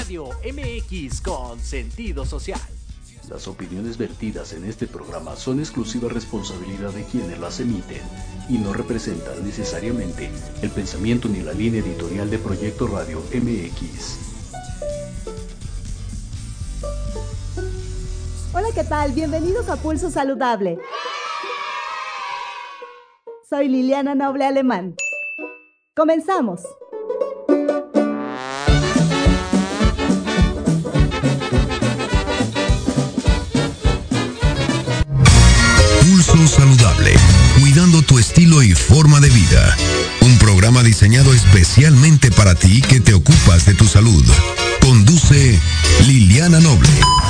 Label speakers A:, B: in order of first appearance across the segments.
A: Radio MX con sentido social.
B: Las opiniones vertidas en este programa son exclusiva responsabilidad de quienes las emiten y no representan necesariamente el pensamiento ni la línea editorial de Proyecto Radio MX.
C: Hola, ¿qué tal? Bienvenidos a Pulso Saludable. Soy Liliana Noble Alemán. ¡Comenzamos!
D: Pulso Saludable, cuidando tu estilo y forma de vida. Un programa diseñado especialmente para ti que te ocupas de tu salud. Conduce Liliana Noble.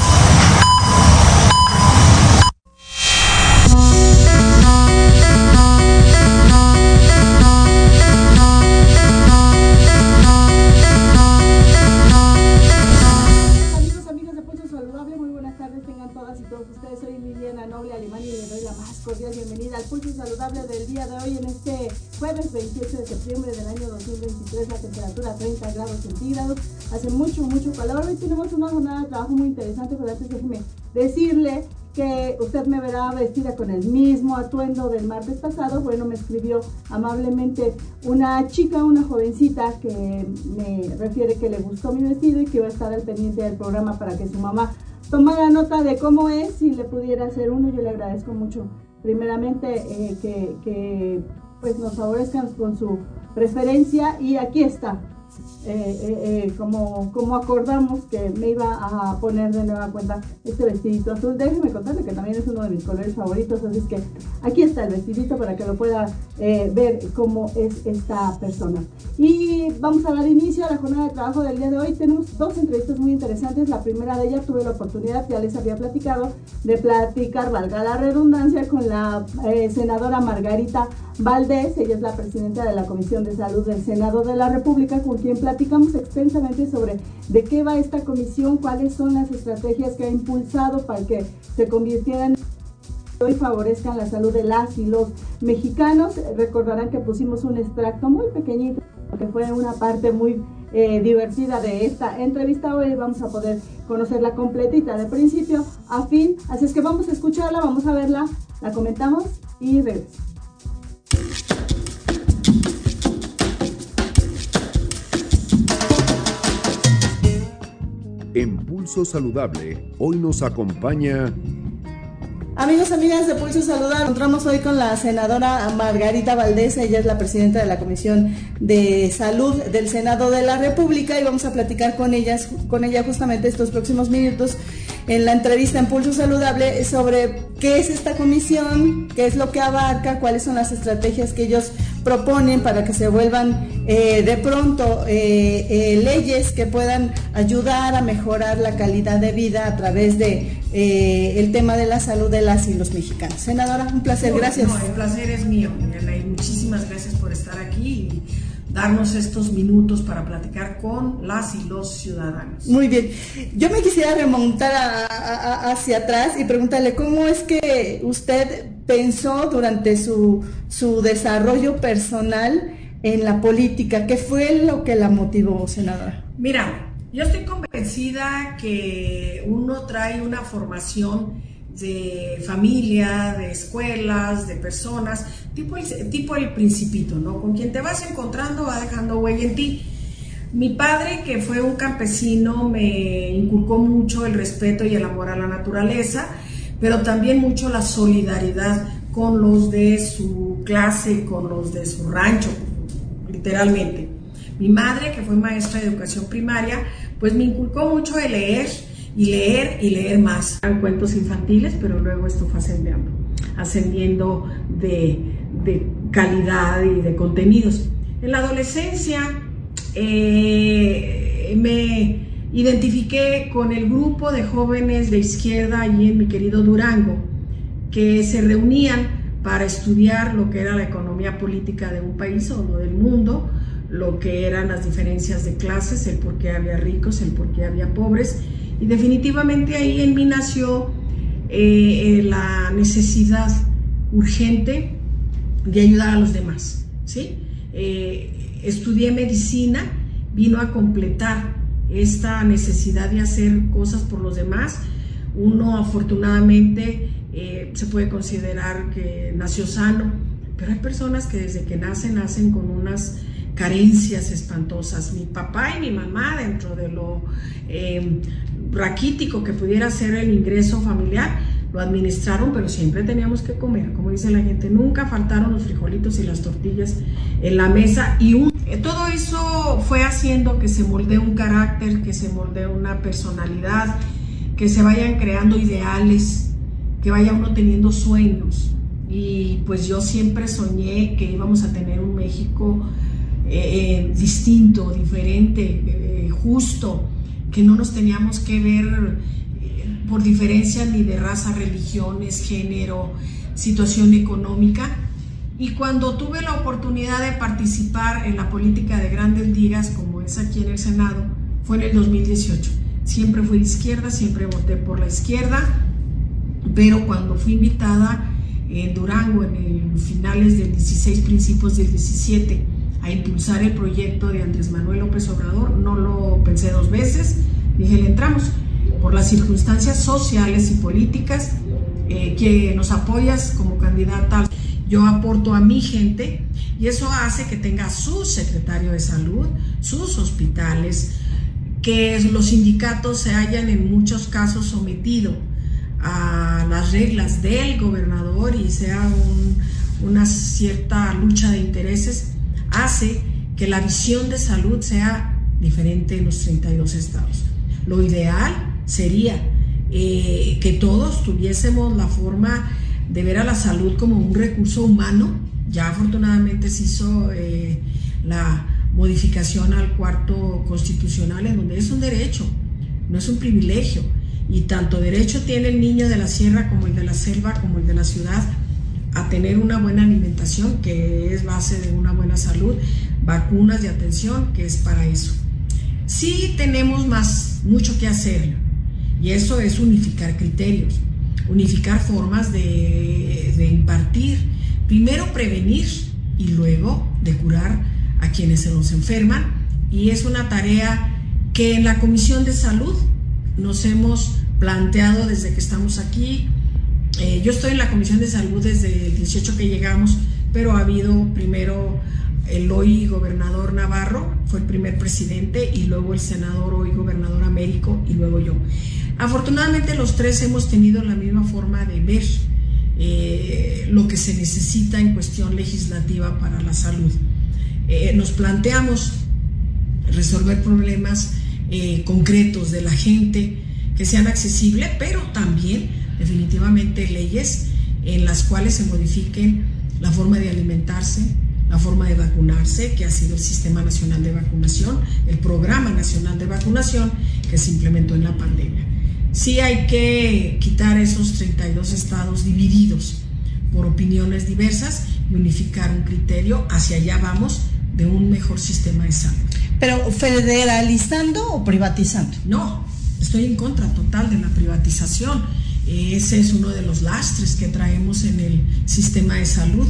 C: Soy Liliana Noble Alemán y les doy la más cordial bienvenida al Pulso Saludable del día de hoy en este jueves 28 de septiembre del año 2023, la temperatura 30 grados centígrados, hace mucho calor. Hoy tenemos una jornada de trabajo muy interesante, pero antes déjeme decirle que usted me verá vestida con el mismo atuendo del martes pasado. Bueno, me escribió amablemente una chica, una jovencita, que me refiere que le gustó mi vestido y que iba a estar al pendiente del programa para que su mamá tomara nota de cómo es y le pudiera hacer uno. Yo le agradezco mucho, primeramente, que pues nos favorezcan con su preferencia, y aquí está. Como acordamos que me iba a poner de nueva cuenta este vestidito azul. Déjenme contarle que también es uno de mis colores favoritos, así es que aquí está el vestidito para que lo pueda ver cómo es esta persona. Y vamos a dar inicio a la jornada de trabajo del día de hoy. Tenemos dos entrevistas muy interesantes. La primera de ellas tuve la oportunidad, ya les había platicado, de platicar, valga la redundancia, con la senadora Margarita Valdés. Ella es la presidenta de la Comisión de Salud del Senado de la República, con quien platicamos extensamente sobre de qué va esta comisión, cuáles son las estrategias que ha impulsado para que se convirtieran y favorezcan la salud de las y los mexicanos. Recordarán que pusimos un extracto muy pequeñito, que fue una parte muy divertida de esta entrevista. Hoy vamos a poder conocerla completita de principio a fin, así es que vamos a escucharla, vamos a verla, la comentamos y regresamos.
D: En Pulso Saludable, hoy nos acompaña...
C: Amigos, amigas de Pulso Saludable, encontramos hoy con la senadora Margarita Valdés. Ella es la presidenta de la Comisión de Salud del Senado de la República y vamos a platicar con ella justamente estos próximos minutos en la entrevista en Pulso Saludable sobre qué es esta comisión, qué es lo que abarca, cuáles son las estrategias que ellos proponen para que se vuelvan de pronto leyes que puedan ayudar a mejorar la calidad de vida a través de el tema de la salud de las y los mexicanos. Senadora, un placer, gracias.
E: No, el placer es mío, Mariana, y muchísimas gracias por estar aquí y darnos estos minutos para platicar con las y los ciudadanos.
C: Muy bien, yo me quisiera remontar hacia atrás y preguntarle cómo es que usted pensó durante su desarrollo personal en la política. ¿Qué fue lo que la motivó, senadora?
E: Mira, yo estoy convencida que uno trae una formación de familia, de escuelas, de personas, tipo el Principito, ¿no? Con quien te vas encontrando va dejando huella en ti. Mi padre, que fue un campesino, me inculcó mucho el respeto y el amor a la naturaleza, pero también mucho la solidaridad con los de su clase, con los de su rancho, literalmente. Mi madre, que fue maestra de educación primaria, pues me inculcó mucho el leer y leer más. Eran cuentos infantiles, pero luego esto fue ascendiendo de calidad y de contenidos. En la adolescencia me identifiqué con el grupo de jóvenes de izquierda allí en mi querido Durango, que se reunían para estudiar lo que era la economía política de un país o del mundo, lo que eran las diferencias de clases, el por qué había ricos, el por qué había pobres, y definitivamente ahí en mí nació la necesidad urgente de ayudar a los demás, ¿sí? Estudié medicina, vino a completar esta necesidad de hacer cosas por los demás. Uno afortunadamente se puede considerar que nació sano, pero hay personas que desde que nacen con unas carencias espantosas. Mi papá y mi mamá, dentro de lo raquítico que pudiera ser el ingreso familiar, lo administraron, pero siempre teníamos que comer. Como dice la gente, nunca faltaron los frijolitos y las tortillas en la mesa. Y todo eso fue haciendo que se moldee un carácter, que se moldee una personalidad, que se vayan creando ideales, que vaya uno teniendo sueños. Y pues yo siempre soñé que íbamos a tener un México distinto, diferente, justo, que no nos teníamos que ver por diferencias ni de raza, religiones, género, situación económica. Y cuando tuve la oportunidad de participar en la política de grandes ligas, como es aquí en el Senado, fue en el 2018. Siempre fui de izquierda, siempre voté por la izquierda, pero cuando fui invitada en Durango, en finales del 16, principios del 17, a impulsar el proyecto de Andrés Manuel López Obrador, no lo pensé dos veces, dije, le entramos. Por las circunstancias sociales y políticas que nos apoyas como candidata, yo aporto a mi gente y eso hace que tenga su secretario de salud, sus hospitales, que los sindicatos se hayan en muchos casos sometido a las reglas del gobernador y sea una cierta lucha de intereses, hace que la visión de salud sea diferente en los 32 estados. Lo ideal sería que todos tuviésemos la forma de ver a la salud como un recurso humano. Ya afortunadamente se hizo la modificación al cuarto constitucional, en donde es un derecho, no es un privilegio, y tanto derecho tiene el niño de la sierra como el de la selva como el de la ciudad a tener una buena alimentación, que es base de una buena salud, vacunas y atención, que es para eso. Sí tenemos mucho que hacer, y eso es unificar criterios, unificar formas de impartir, primero prevenir y luego de curar a quienes se nos enferman, y es una tarea que en la Comisión de Salud nos hemos planteado desde que estamos aquí. Yo estoy en la Comisión de Salud desde el 18 que llegamos, pero ha habido primero el hoy gobernador Navarro, fue el primer presidente, y luego el senador hoy gobernador Américo, y luego yo. Afortunadamente los tres hemos tenido la misma forma de ver lo que se necesita en cuestión legislativa para la salud. Nos planteamos resolver problemas concretos de la gente que sean accesibles, pero también definitivamente leyes en las cuales se modifiquen la forma de alimentarse, la forma de vacunarse, que ha sido el Sistema Nacional de Vacunación, el Programa Nacional de Vacunación que se implementó en la pandemia. Sí hay que quitar esos 32 estados divididos por opiniones diversas y unificar un criterio. Hacia allá vamos, de un mejor sistema de salud.
F: ¿Pero federalizando o privatizando?
E: No, estoy en contra total de la privatización. Ese es uno de los lastres que traemos en el sistema de salud.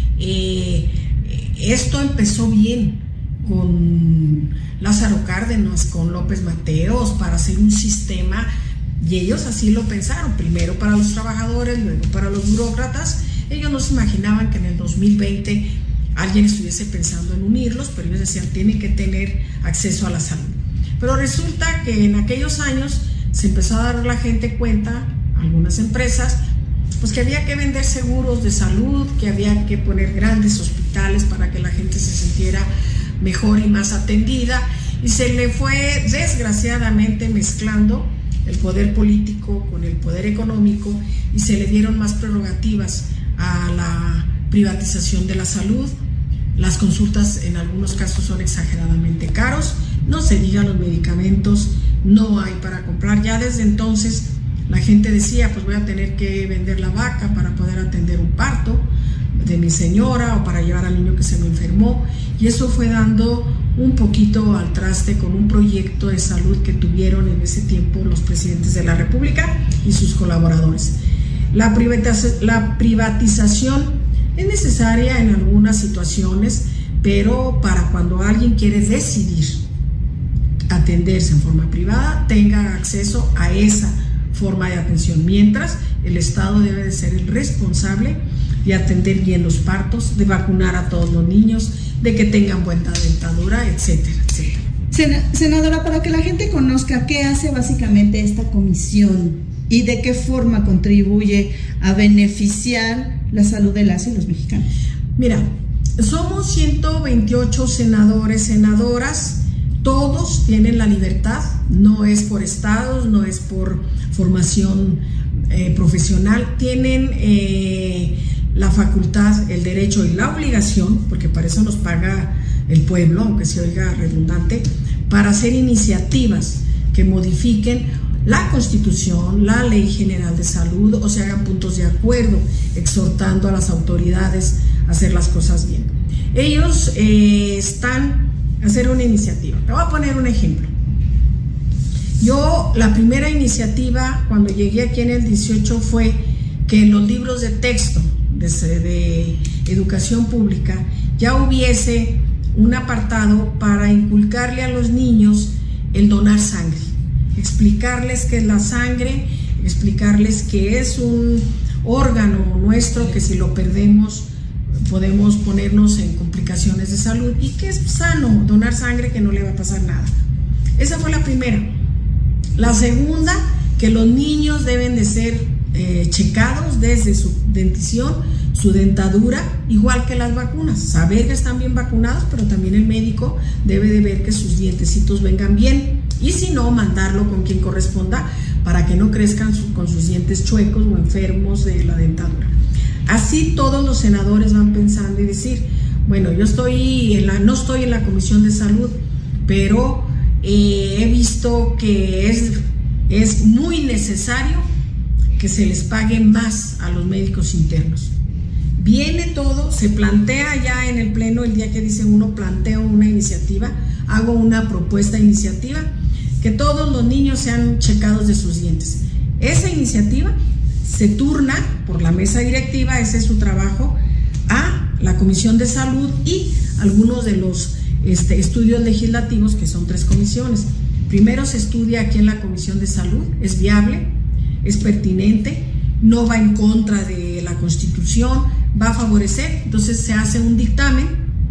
E: Esto empezó bien con Lázaro Cárdenas, con López Mateos, para hacer un sistema, y ellos así lo pensaron, primero para los trabajadores, luego para los burócratas. Ellos no se imaginaban que en el 2020 alguien estuviese pensando en unirlos, pero ellos decían, tienen que tener acceso a la salud. Pero resulta que en aquellos años se empezó a dar la gente cuenta, algunas empresas, pues que había que vender seguros de salud, que había que poner grandes hospitales para que la gente se sintiera mejor y más atendida, y se le fue desgraciadamente mezclando el poder político con el poder económico, y se le dieron más prerrogativas a la privatización de la salud. Las consultas en algunos casos son exageradamente caros, no se digan los medicamentos, no hay para comprar. Ya desde entonces la gente decía, pues voy a tener que vender la vaca para poder atender un parto de mi señora o para llevar al niño que se me enfermó, y eso fue dando un poquito al traste con un proyecto de salud que tuvieron en ese tiempo los presidentes de la República y sus colaboradores. La privatización es necesaria en algunas situaciones, pero para cuando alguien quiere decidir atenderse en forma privada tenga acceso a esa forma de atención, mientras el Estado debe de ser el responsable de atender bien los partos, de vacunar a todos los niños, de que tengan buena dentadura, etcétera, etcétera.
F: Senadora, para que la gente conozca qué hace básicamente esta comisión y de qué forma contribuye a beneficiar la salud de las y los mexicanos.
E: Mira, somos 128 senadores, senadoras, todos tienen la libertad, no es por estados, no es por formación profesional, tienen la facultad, el derecho y la obligación, porque para eso nos paga el pueblo, aunque se oiga redundante, para hacer iniciativas que modifiquen la Constitución, la Ley General de Salud, o se hagan puntos de acuerdo, exhortando a las autoridades a hacer las cosas bien. Ellos están a hacer una iniciativa. Te voy a poner un ejemplo. Yo, la primera iniciativa cuando llegué aquí en el 18 fue que en los libros de texto de educación pública ya hubiese un apartado para inculcarle a los niños el donar sangre, explicarles qué es la sangre, explicarles que es un órgano nuestro que si lo perdemos podemos ponernos en complicaciones de salud y que es sano donar sangre, que no le va a pasar nada. Esa fue la primera. La segunda, que los niños deben de ser checados desde su dentición, su dentadura, igual que las vacunas, saber que están bien vacunados, pero también el médico debe de ver que sus dientecitos vengan bien, y si no, mandarlo con quien corresponda para que no crezcan con sus dientes chuecos o enfermos de la dentadura. Así todos los senadores van pensando y decir, bueno, yo no estoy en la Comisión de Salud, pero he visto que es muy necesario que se les pague más a los médicos internos. Viene todo, se plantea ya en el pleno, el día que dice uno, planteo una iniciativa, hago una propuesta de iniciativa, que todos los niños sean checados de sus dientes. Esa iniciativa se turna por la mesa directiva, ese es su trabajo, a la Comisión de Salud y algunos de los estudios legislativos, que son 3 comisiones. Primero se estudia aquí en la Comisión de Salud, es viable, es pertinente, no va en contra de la Constitución, va a favorecer, entonces se hace un dictamen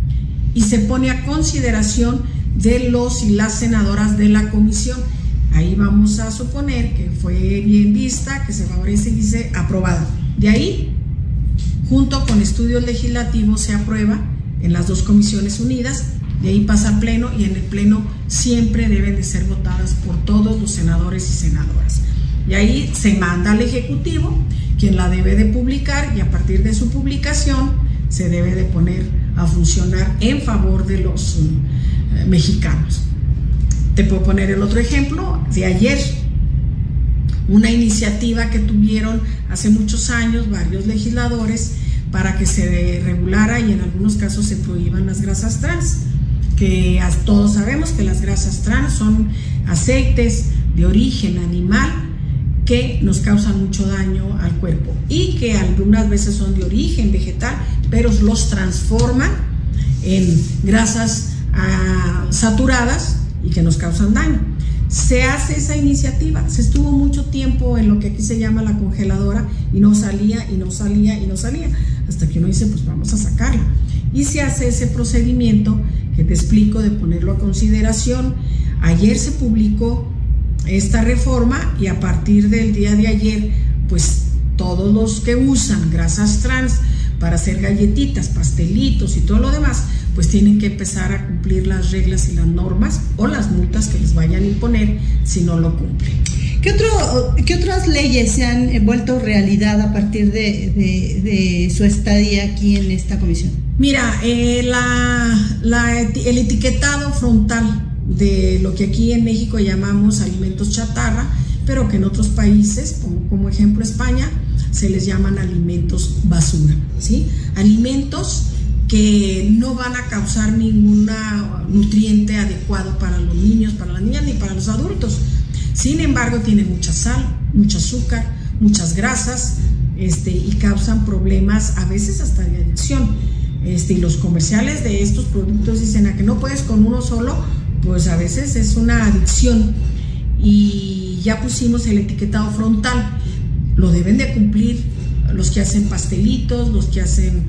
E: y se pone a consideración de los y las senadoras de la comisión. Ahí vamos a suponer que fue bien vista, que se favorece y dice aprobada. De ahí, junto con estudios legislativos, se aprueba en las 2 comisiones unidas, de ahí pasa al pleno y en el pleno siempre deben de ser votadas por todos los senadores y senadoras. Y ahí se manda al Ejecutivo, quien la debe de publicar, y a partir de su publicación se debe de poner a funcionar en favor de los mexicanos. Te puedo poner el otro ejemplo de ayer, una iniciativa que tuvieron hace muchos años varios legisladores para que se regulara y en algunos casos se prohíban las grasas trans, que todos sabemos que las grasas trans son aceites de origen animal que nos causan mucho daño al cuerpo y que algunas veces son de origen vegetal, pero los transforman en grasas saturadas y que nos causan daño. Se hace esa iniciativa, se estuvo mucho tiempo en lo que aquí se llama la congeladora y no salía, hasta que uno dice, pues vamos a sacarla. Y se hace ese procedimiento que te explico de ponerlo a consideración. Ayer se publicó esta reforma y a partir del día de ayer, pues todos los que usan grasas trans para hacer galletitas, pastelitos y todo lo demás, pues tienen que empezar a cumplir las reglas y las normas o las multas que les vayan a imponer si no lo cumplen.
F: ¿Qué otras leyes se han vuelto realidad a partir de su estadía aquí en esta comisión? Mira,
E: el etiquetado frontal de lo que aquí en México llamamos alimentos chatarra, pero que en otros países, como ejemplo España, se les llaman alimentos basura, ¿sí? Alimentos que no van a causar ningún nutriente adecuado para los niños, para las niñas ni para los adultos. Sin embargo, tienen mucha sal, mucho azúcar, muchas grasas, y causan problemas a veces hasta de adicción. Y los comerciales de estos productos dicen a que no puedes con uno solo, pues a veces es una adicción, y ya pusimos el etiquetado frontal. Lo deben de cumplir los que hacen pastelitos, los que hacen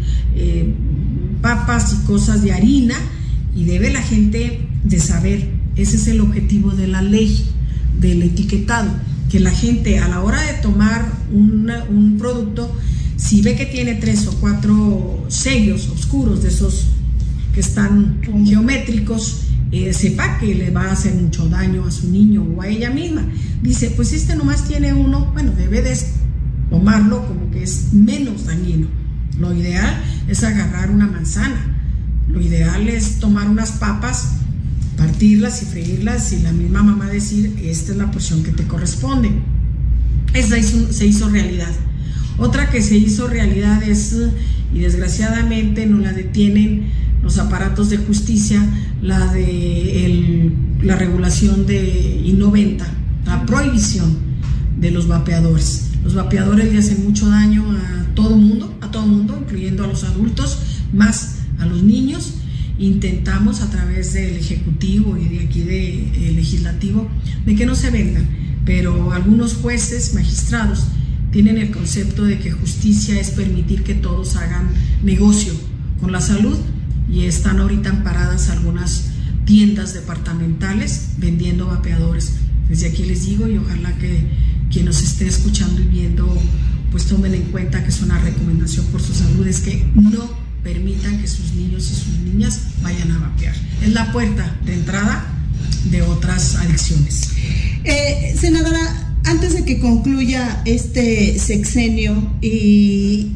E: papas y cosas de harina, y debe la gente de saber. Ese es el objetivo de la ley del etiquetado, que la gente a la hora de tomar un producto, si ve que tiene 3 o 4 sellos oscuros de esos que están geométricos, sepa que le va a hacer mucho daño a su niño o a ella misma. Dice, pues este nomás tiene uno, bueno, debe de tomarlo como que es menos dañino. Lo ideal es agarrar una manzana, lo ideal es tomar unas papas, partirlas y freírlas, y la misma mamá decir, esta es la porción que te corresponde. Esa se hizo realidad. Otra que se hizo realidad es, y desgraciadamente no la detienen los aparatos de justicia, la de la regulación de I-90, la prohibición de los vapeadores. Los vapeadores le hacen mucho daño a todo mundo, incluyendo a los adultos, más a los niños. Intentamos a través del Ejecutivo y de aquí del Legislativo de que no se vendan, pero algunos jueces, magistrados, tienen el concepto de que justicia es permitir que todos hagan negocio con la salud, y están ahorita amparadas algunas tiendas departamentales vendiendo vapeadores. Desde aquí les digo, y ojalá que quien nos esté escuchando y viendo pues tomen en cuenta que es una recomendación por su salud, es que no permitan que sus niños y sus niñas vayan a vapear. Es la puerta de entrada de otras adicciones.
F: Senadora, antes de que concluya este sexenio y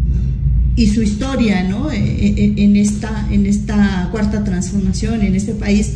F: su historia, ¿no?, en esta cuarta transformación en este país,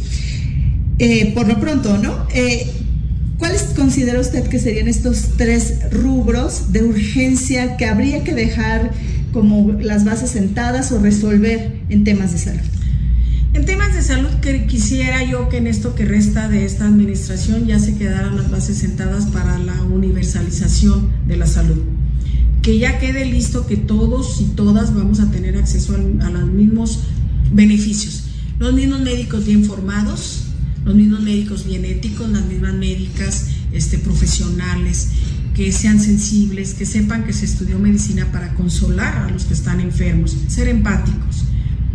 F: por lo pronto, ¿no?, ¿cuáles considera usted que serían estos 3 rubros de urgencia que habría que dejar como las bases sentadas o resolver en temas de salud?
E: En temas de salud, que quisiera yo que en esto que resta de esta administración ya se quedaran las bases sentadas para la universalización de la salud. Que ya quede listo que todos y todas vamos a tener acceso a los mismos beneficios. Los mismos médicos bien formados, los mismos médicos bien éticos, las mismas médicas profesionales, que sean sensibles, que sepan que se estudió medicina para consolar a los que están enfermos, ser empáticos.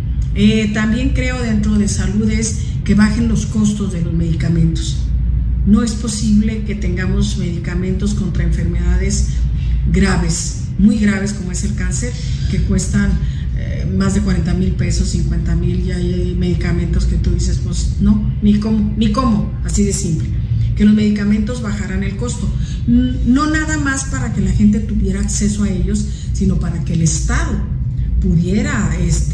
E: También creo dentro de salud es que bajen los costos de los medicamentos. No es posible que tengamos medicamentos contra enfermedades graves, muy graves, como es el cáncer, que cuestan más de 40,000 pesos, 50,000, y hay medicamentos que tú dices, pues no, ni cómo, así de simple. Que los medicamentos bajaran el costo, no nada más para que la gente tuviera acceso a ellos, sino para que el Estado pudiera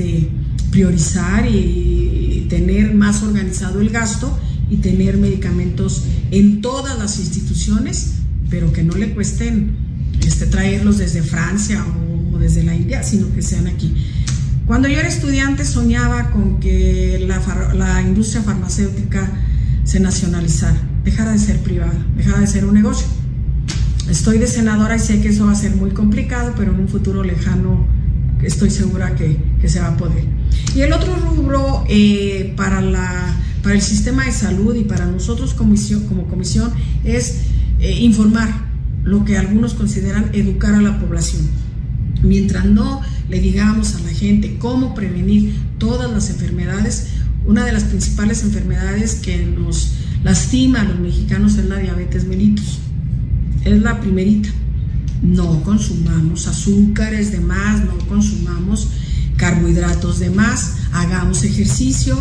E: priorizar y tener más organizado el gasto y tener medicamentos en todas las instituciones, pero que no le cuesten traerlos desde Francia o desde la India, sino que sean aquí. Cuando yo era estudiante soñaba con que la industria farmacéutica se nacionalizara, dejara de ser privada, dejara de ser un negocio. Estoy de senadora y sé que eso va a ser muy complicado, pero en un futuro lejano estoy segura que se va a poder. Y el otro rubro para el sistema de salud y para nosotros como comisión es informar, lo que algunos consideran educar a la población. Mientras no le digamos a la gente cómo prevenir todas las enfermedades, una de las principales enfermedades que nos lastima a los mexicanos es la diabetes mellitus. Es la primerita. No consumamos azúcares de más, no consumamos carbohidratos de más, hagamos ejercicio,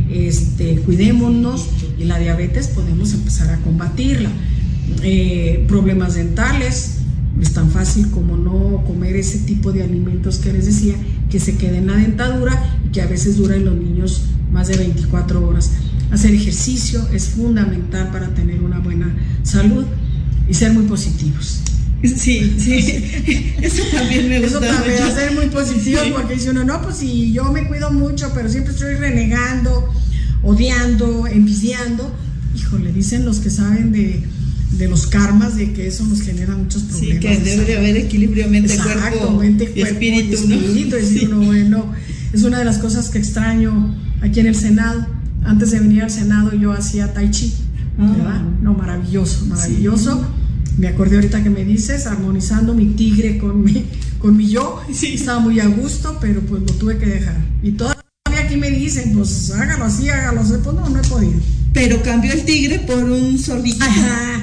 E: cuidémonos, y la diabetes podemos empezar a combatirla. Problemas dentales, es tan fácil como no comer ese tipo de alimentos que les decía, que se queda en la dentadura y que a veces dura en los niños más de 24 horas. Hacer ejercicio es fundamental para tener una buena salud y ser muy positivos.
F: Sí, eso también me gusta.
E: Eso también, ser muy positivo, sí. Porque dice uno, no, pues si yo me cuido mucho, pero siempre estoy renegando, odiando, envidiando. Híjole, dicen los que saben de los karmas, de que eso nos genera muchos problemas.
F: Sí, que debe de haber equilibrio mente-cuerpo y espíritu.
E: Y decir uno, bueno, es una de las cosas que extraño aquí en el Senado, Antes de venir al Senado yo hacía tai chi, ¿verdad? No, maravilloso, maravilloso. Sí. Me acordé ahorita que me dices, armonizando mi tigre con mi yo. Sí. Estaba muy a gusto, pero pues lo tuve que dejar. Y todavía aquí me dicen, pues hágalo así, pues no he podido.
F: Pero cambió el tigre por un zorrito.
E: Ajá.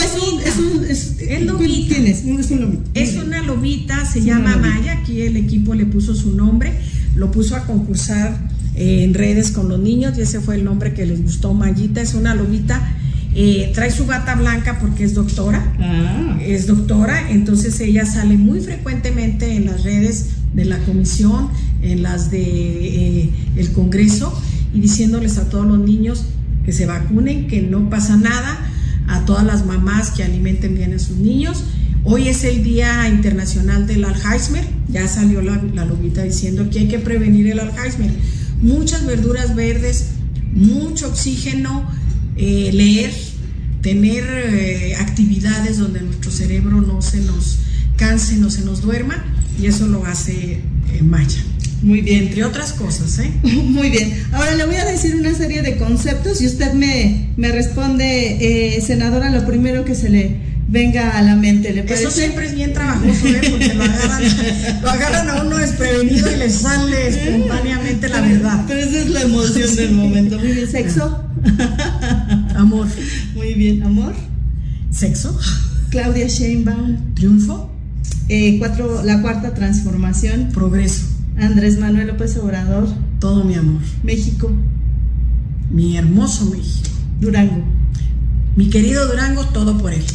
F: Es lobita. ¿Tienes? Es un lobito.
E: Es una lobita, se llama Maya. Aquí el equipo le puso su nombre, lo puso a concursar en redes con los niños y ese fue el nombre que les gustó, Mayita. Es una lobita, trae su bata blanca porque es doctora. Es doctora, entonces ella sale muy frecuentemente en las redes de la comisión, en las de el Congreso, y diciéndoles a todos los niños que se vacunen, que no pasa nada, a todas las mamás que alimenten bien a sus niños. Hoy es el Día Internacional del Alzheimer, ya salió la lobita diciendo que hay que prevenir el Alzheimer. Muchas verduras verdes, mucho oxígeno, leer, tener actividades donde nuestro cerebro no se nos canse, no se nos duerma, y eso lo hace Maya.
F: Muy bien.
E: Entre otras cosas,
F: Muy bien. Ahora le voy a decir una serie de conceptos y usted me responde, senadora, lo primero que se le venga a la mente. ¿Le parece?
E: Eso siempre es bien trabajoso, porque lo agarran a uno desprevenido y le sale espontáneamente la verdad.
F: Pero esa es la emoción del momento. Muy bien. ¿Sexo?
E: Amor.
F: Muy bien. ¿Amor?
E: ¿Sexo?
F: Claudia Sheinbaum.
E: Triunfo.
F: La cuarta transformación.
E: Progreso.
F: Andrés Manuel López Obrador.
E: Todo mi amor.
F: México.
E: Mi hermoso México.
F: Durango.
E: Mi querido Durango, todo por él.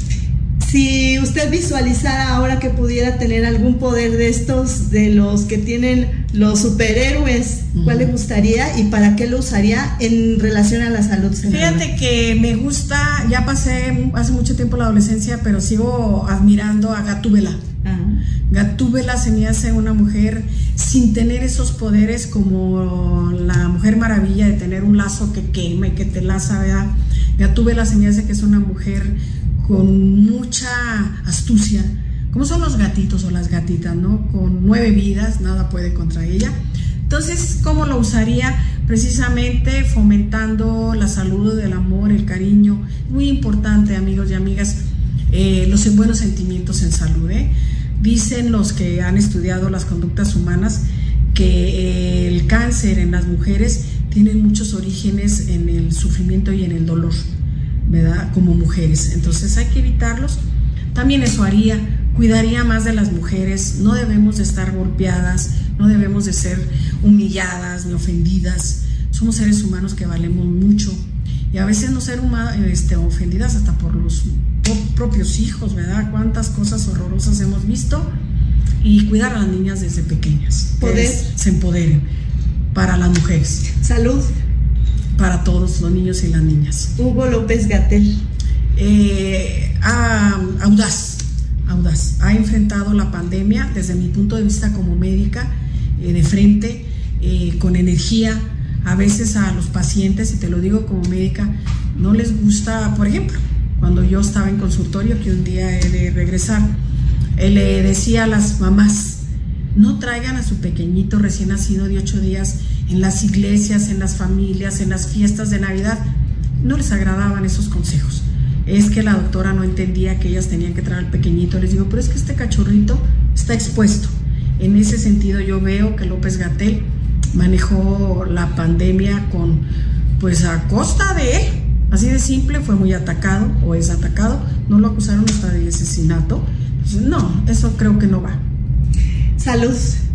F: Si usted visualizara ahora que pudiera tener algún poder de estos, de los que tienen los superhéroes, ¿cuál le gustaría y para qué lo usaría en relación a la salud, senadora?
E: Fíjate que me gusta, ya pasé hace mucho tiempo la adolescencia, pero sigo admirando a Gatúbela. Gatúbela se me hace una mujer sin tener esos poderes como la Mujer Maravilla, de tener un lazo que quema y que te laza, ¿verdad? Gatúbela se me hace que es una mujer con mucha astucia, como son los gatitos o las gatitas, ¿no? Con 9 vidas, nada puede contra ella. Entonces, ¿cómo lo usaría? Precisamente fomentando la salud, el amor, el cariño. Muy importante, amigos y amigas, los buenos sentimientos en salud, Dicen los que han estudiado las conductas humanas que el cáncer en las mujeres tiene muchos orígenes en el sufrimiento y en el dolor, ¿verdad? Como mujeres, entonces hay que evitarlos. También eso haría, cuidaría más de las mujeres. No debemos de estar golpeadas, no debemos de ser humilladas ni ofendidas. Somos seres humanos que valemos mucho y a veces no ser ofendidas hasta por los propios hijos, ¿verdad? Cuántas cosas horrorosas hemos visto. Y cuidar a las niñas desde pequeñas,
F: poder
E: se empoderen para las mujeres.
F: Salud
E: para todos los niños y las niñas.
F: Hugo López-Gatell. Audaz. Ha enfrentado la pandemia desde mi punto de vista como médica, de frente, con energía. A veces a los pacientes, y te lo digo como médica, no les gusta, por ejemplo, cuando yo estaba en consultorio, que un día he de regresar, le decía a las mamás, no traigan a su pequeñito recién nacido de 8 días en las iglesias, en las familias, en las fiestas de Navidad. No les agradaban esos consejos. Es que la doctora no entendía que ellas tenían que traer al pequeñito. Les digo, pero es que este cachorrito está expuesto. En ese sentido yo veo que López-Gatell manejó la pandemia a costa de él. Así de simple, fue muy atacado o es atacado. No lo acusaron hasta de asesinato. Entonces, no, eso creo que no va. Salud.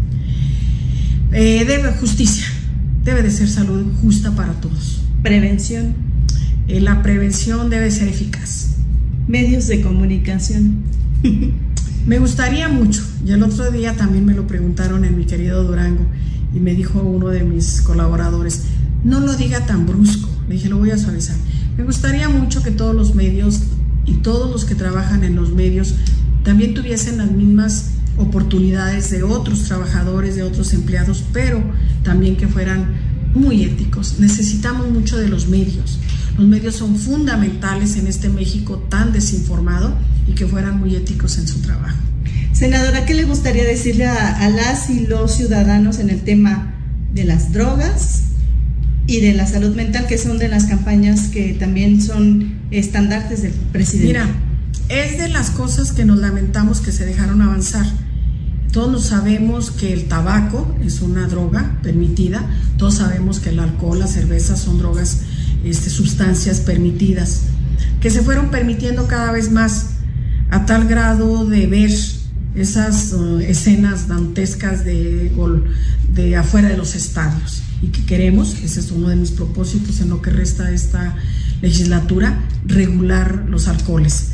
E: Justicia. Debe de ser salud justa para todos.
F: Prevención.
E: La prevención debe ser eficaz.
F: Medios de comunicación.
E: Me gustaría mucho, y el otro día también me lo preguntaron en mi querido Durango, y me dijo uno de mis colaboradores, no lo diga tan brusco. Le dije, lo voy a suavizar. Me gustaría mucho que todos los medios y todos los que trabajan en los medios también tuviesen las mismas oportunidades de otros trabajadores, de otros empleados, pero también que fueran muy éticos. Necesitamos mucho de los medios. Los medios son fundamentales en este México tan desinformado, y que fueran muy éticos en su trabajo.
F: Senadora, ¿qué le gustaría decirle a las y los ciudadanos en el tema de las drogas y de la salud mental, que son de las campañas que también son estandartes del presidente.
E: Mira, es de las cosas que nos lamentamos que se dejaron avanzar. Todos sabemos que el tabaco es una droga permitida, todos sabemos que el alcohol, la cerveza son drogas, sustancias permitidas, que se fueron permitiendo cada vez más, a tal grado de ver esas escenas dantescas de afuera de los estadios, y que queremos, ese es uno de mis propósitos en lo que resta de esta legislatura, regular los alcoholes,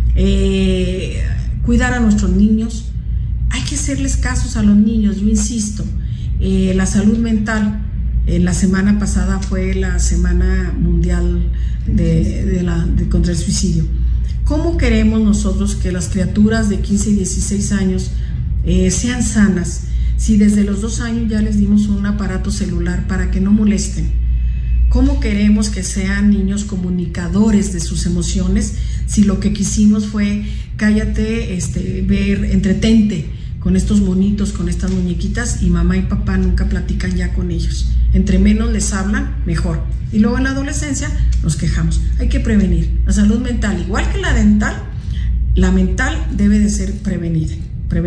E: cuidar a nuestros niños. Hay que hacerles casos a los niños, yo insisto. La salud mental, la semana pasada fue la Semana Mundial contra el Suicidio. ¿Cómo queremos nosotros que las criaturas de 15 y 16 años sean sanas si desde los 2 años ya les dimos un aparato celular para que no molesten? ¿Cómo queremos que sean niños comunicadores de sus emociones si lo que quisimos fue cállate, entretente con estos monitos, con estas muñequitas, y mamá y papá nunca platican ya con ellos? Entre menos les hablan, mejor. Y luego en la adolescencia nos quejamos. Hay que prevenir. La salud mental, igual que la dental, la mental debe de ser prevenible.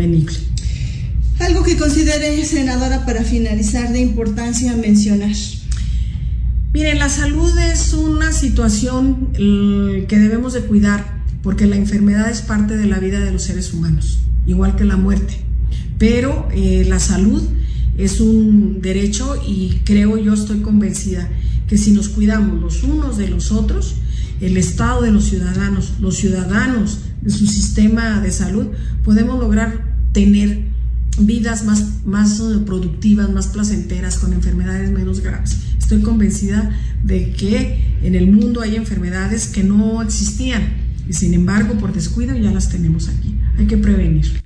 F: Algo que considere, senadora, para finalizar, de importancia mencionar.
E: Miren, la salud es una situación que debemos de cuidar, porque la enfermedad es parte de la vida de los seres humanos, igual que la muerte. Pero la salud es un derecho, y estoy convencida que si nos cuidamos los unos de los otros, el Estado de los ciudadanos de su sistema de salud, podemos lograr tener vidas más productivas, más placenteras, con enfermedades menos graves. Estoy convencida de que en el mundo hay enfermedades que no existían y sin embargo por descuido ya las tenemos aquí. Hay que prevenir.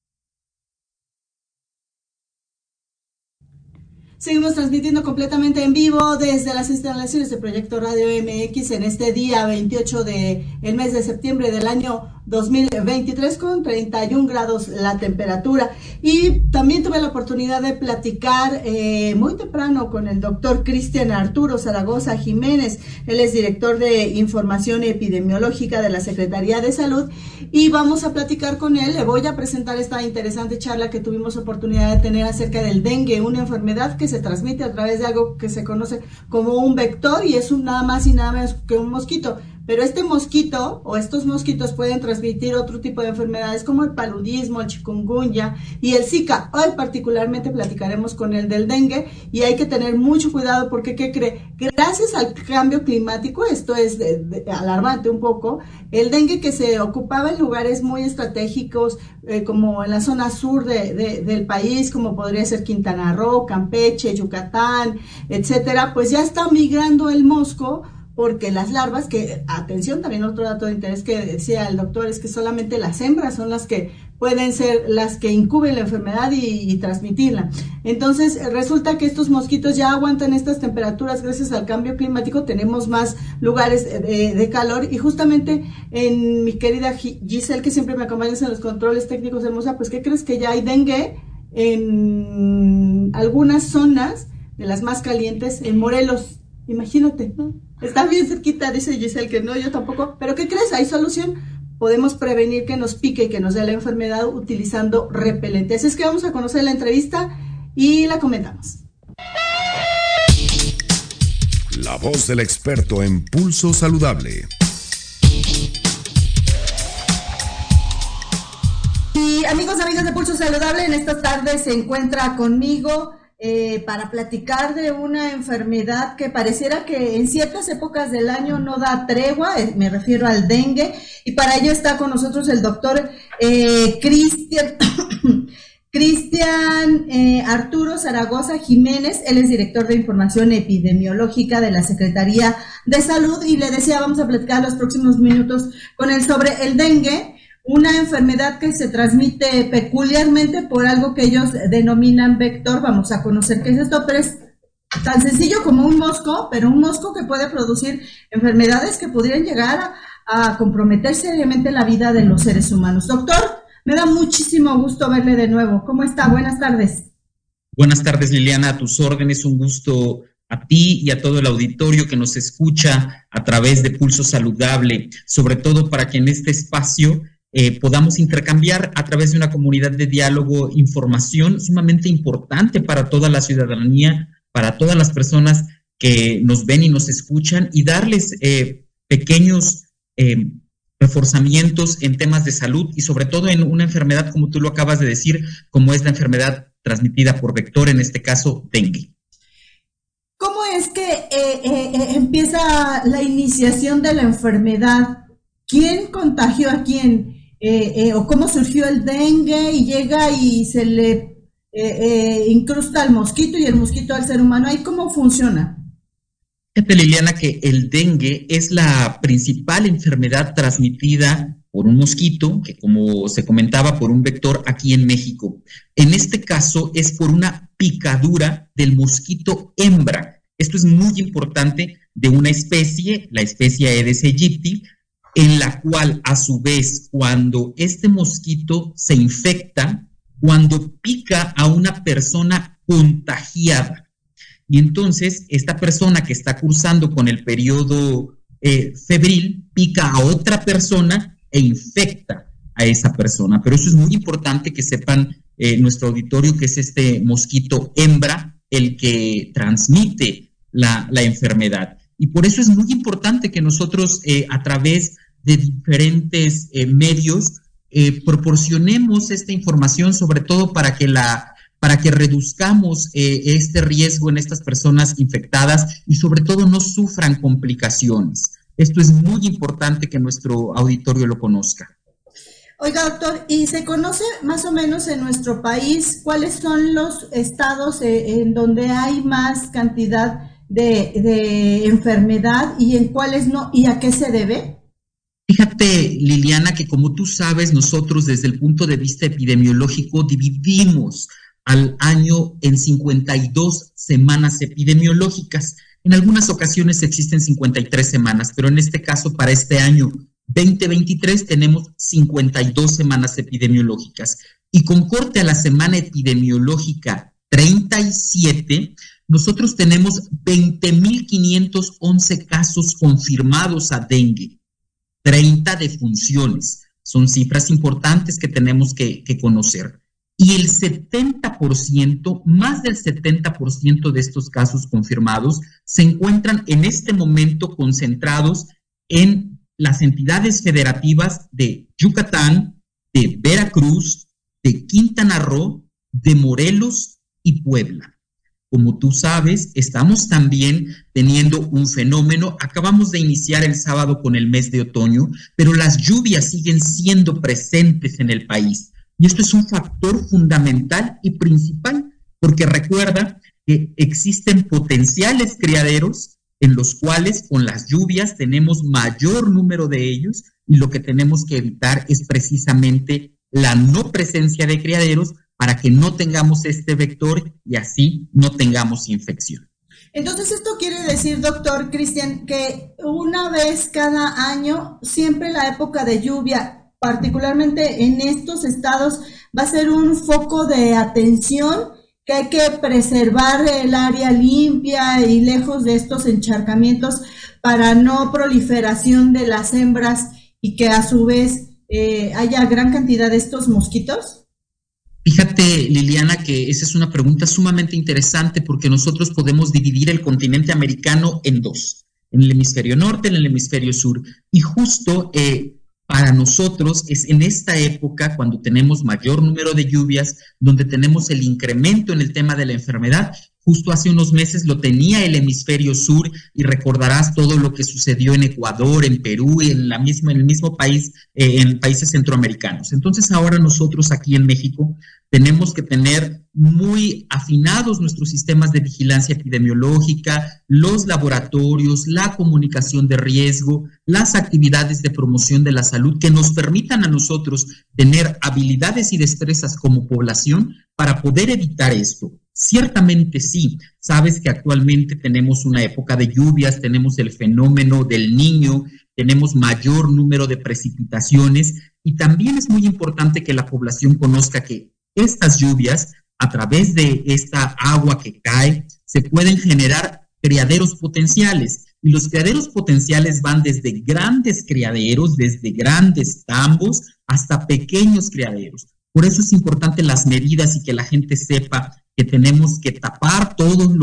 C: Seguimos transmitiendo completamente en vivo desde las instalaciones de Proyecto Radio MX en este día 28 del mes de septiembre del año 2023, con 31 grados la temperatura. Y también tuve la oportunidad de platicar muy temprano con el doctor Cristian Arturo Zaragoza Jiménez. Él es director de Información Epidemiológica de la Secretaría de Salud, y vamos a platicar con él. Le voy a presentar esta interesante charla que tuvimos oportunidad de tener acerca del dengue, una enfermedad que se transmite a través de algo que se conoce como un vector, y es nada más y nada menos que un mosquito. Pero este mosquito o estos mosquitos pueden transmitir otro tipo de enfermedades como el paludismo, el chikungunya y el Zika. Hoy particularmente platicaremos con el del dengue, y hay que tener mucho cuidado porque, ¿qué cree? Gracias al cambio climático, esto es alarmante un poco, el dengue, que se ocupaba en lugares muy estratégicos como en la zona sur del país, como podría ser Quintana Roo, Campeche, Yucatán, etcétera, pues ya está migrando el mosco, porque las larvas, que, atención, también otro dato de interés que decía el doctor, es que solamente las hembras son las que pueden ser las que incuben la enfermedad y transmitirla. Entonces, resulta que estos mosquitos ya aguantan estas temperaturas gracias al cambio climático. Tenemos más lugares de calor, y justamente en mi querida Giselle, que siempre me acompañas en los controles técnicos, hermosa, pues, ¿qué crees? Que ya hay dengue en algunas zonas de las más calientes, en Morelos. Imagínate, ¿no? Está bien cerquita, dice Giselle que no, yo tampoco. Pero ¿qué crees? Hay solución. Podemos prevenir que nos pique y que nos dé la enfermedad utilizando repelente. Así es que vamos a conocer la entrevista y la comentamos.
D: La voz del experto en Pulso Saludable.
C: Y amigas de Pulso Saludable, en esta tarde se encuentra conmigo para platicar de una enfermedad que pareciera que en ciertas épocas del año no da tregua, me refiero al dengue, y para ello está con nosotros el doctor Cristian Arturo Zaragoza Jiménez. Él es director de Información Epidemiológica de la Secretaría de Salud, y le decía, vamos a platicar los próximos minutos con él sobre el dengue, una enfermedad que se transmite peculiarmente por algo que ellos denominan vector. Vamos a conocer qué es esto, pero es tan sencillo como un mosco, pero un mosco que puede producir enfermedades que podrían llegar a comprometer seriamente la vida de los seres humanos. Doctor, me da muchísimo gusto verle de nuevo. ¿Cómo está? Buenas tardes.
G: Buenas tardes, Liliana, a tus órdenes. Un gusto a ti y a todo el auditorio que nos escucha a través de Pulso Saludable, sobre todo para que en este espacio podamos intercambiar a través de una comunidad de diálogo información sumamente importante para toda la ciudadanía, para todas las personas que nos ven y nos escuchan, y darles pequeños reforzamientos en temas de salud y sobre todo en una enfermedad, como tú lo acabas de decir, como es la enfermedad transmitida por vector, en este caso dengue.
F: ¿Cómo es que empieza la iniciación de la enfermedad? ¿Quién contagió a quién? ¿O cómo surgió el dengue y llega y se le incrusta al mosquito y el mosquito al ser humano? ¿Ahí cómo funciona?
G: Fíjate, Liliana, que el dengue es la principal enfermedad transmitida por un mosquito, que como se comentaba, por un vector aquí en México. En este caso es por una picadura del mosquito hembra. Esto es muy importante, de una especie, la especie Aedes aegypti, en la cual a su vez cuando este mosquito se infecta, cuando pica a una persona contagiada, y entonces esta persona que está cursando con el periodo febril pica a otra persona e infecta a esa persona. Pero eso es muy importante que sepan nuestro auditorio, que es este mosquito hembra el que transmite la enfermedad. Y por eso es muy importante que nosotros a través de diferentes medios proporcionemos esta información, sobre todo para que reduzcamos este riesgo en estas personas infectadas y sobre todo no sufran complicaciones. Esto es muy importante que nuestro auditorio lo conozca.
F: Oiga, doctor, ¿y se conoce más o menos en nuestro país cuáles son los estados en donde hay más cantidad de enfermedad y en cuáles no, y a qué se debe?
G: Fíjate, Liliana, que como tú sabes, nosotros desde el punto de vista epidemiológico dividimos al año en 52 semanas epidemiológicas. En algunas ocasiones existen 53 semanas, pero en este caso, para este año 2023, tenemos 52 semanas epidemiológicas. Y con corte a la semana epidemiológica 37, nosotros tenemos 20.511 casos confirmados a dengue, 30 defunciones. Son cifras importantes que tenemos que conocer. Y el 70%, más del 70% de estos casos confirmados se encuentran en este momento concentrados en las entidades federativas de Yucatán, de Veracruz, de Quintana Roo, de Morelos y Puebla. Como tú sabes, estamos también teniendo un fenómeno. Acabamos de iniciar el sábado con el mes de otoño, pero las lluvias siguen siendo presentes en el país. Y esto es un factor fundamental y principal, porque recuerda que existen potenciales criaderos en los cuales con las lluvias tenemos mayor número de ellos, y lo que tenemos que evitar es precisamente la no presencia de criaderos para que no tengamos este vector y así no tengamos infección.
F: Entonces, esto quiere decir, doctor Cristian, que una vez cada año, siempre la época de lluvia, particularmente en estos estados, va a ser un foco de atención, que hay que preservar el área limpia y lejos de estos encharcamientos para no proliferación de las hembras y que a su vez haya gran cantidad de estos mosquitos.
G: Fíjate, Liliana, que esa es una pregunta sumamente interesante, porque nosotros podemos dividir el continente americano en dos, en el hemisferio norte y en el hemisferio sur, y justo para nosotros es en esta época cuando tenemos mayor número de lluvias, donde tenemos el incremento en el tema de la enfermedad. Justo hace unos meses lo tenía el hemisferio sur y recordarás todo lo que sucedió en Ecuador, en Perú y en el mismo país, en países centroamericanos. Entonces ahora nosotros aquí en México tenemos que tener muy afinados nuestros sistemas de vigilancia epidemiológica, los laboratorios, la comunicación de riesgo, las actividades de promoción de la salud que nos permitan a nosotros tener habilidades y destrezas como población para poder evitar esto. Ciertamente sí, sabes que actualmente tenemos una época de lluvias, tenemos el fenómeno del Niño, tenemos mayor número de precipitaciones y también es muy importante que la población conozca que estas lluvias, a través de esta agua que cae, se pueden generar criaderos potenciales. Y los criaderos potenciales van desde grandes criaderos, desde grandes tambos, hasta pequeños criaderos. Por eso es importante las medidas y que la gente sepa que tenemos que tapar todos